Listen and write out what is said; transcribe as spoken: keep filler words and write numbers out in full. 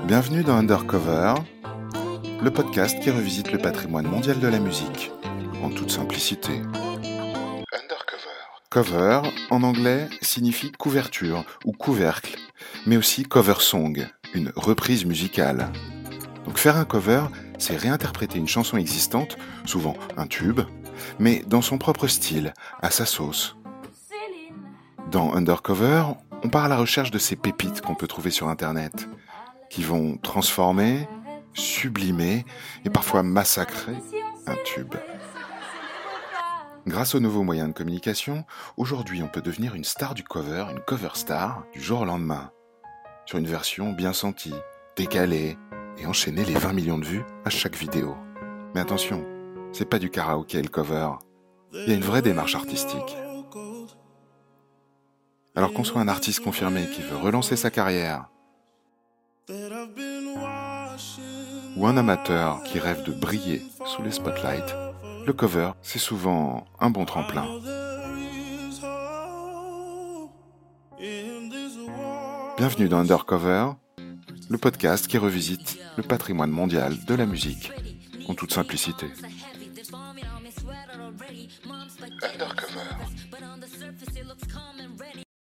Bienvenue dans Undercover, le podcast qui revisite le patrimoine mondial de la musique, en toute simplicité. Undercover. Cover, en anglais, signifie couverture ou couvercle, mais aussi cover song, une reprise musicale. Donc faire un cover, c'est réinterpréter une chanson existante, souvent un tube, mais dans son propre style, à sa sauce. Dans Undercover, on part à la recherche de ces pépites qu'on peut trouver sur Internet, qui vont transformer, sublimer et parfois massacrer un tube. Grâce aux nouveaux moyens de communication, aujourd'hui on peut devenir une star du cover, une cover star, du jour au lendemain, sur une version bien sentie, décalée, et enchaîner les vingt millions de vues à chaque vidéo. Mais attention, c'est pas du karaoké le cover, il y a une vraie démarche artistique. Alors qu'on soit un artiste confirmé qui veut relancer sa carrière, ou un amateur qui rêve de briller sous les spotlights, le cover, c'est souvent un bon tremplin. Bienvenue dans Undercover, le podcast qui revisite le patrimoine mondial de la musique, en toute simplicité. Undercover.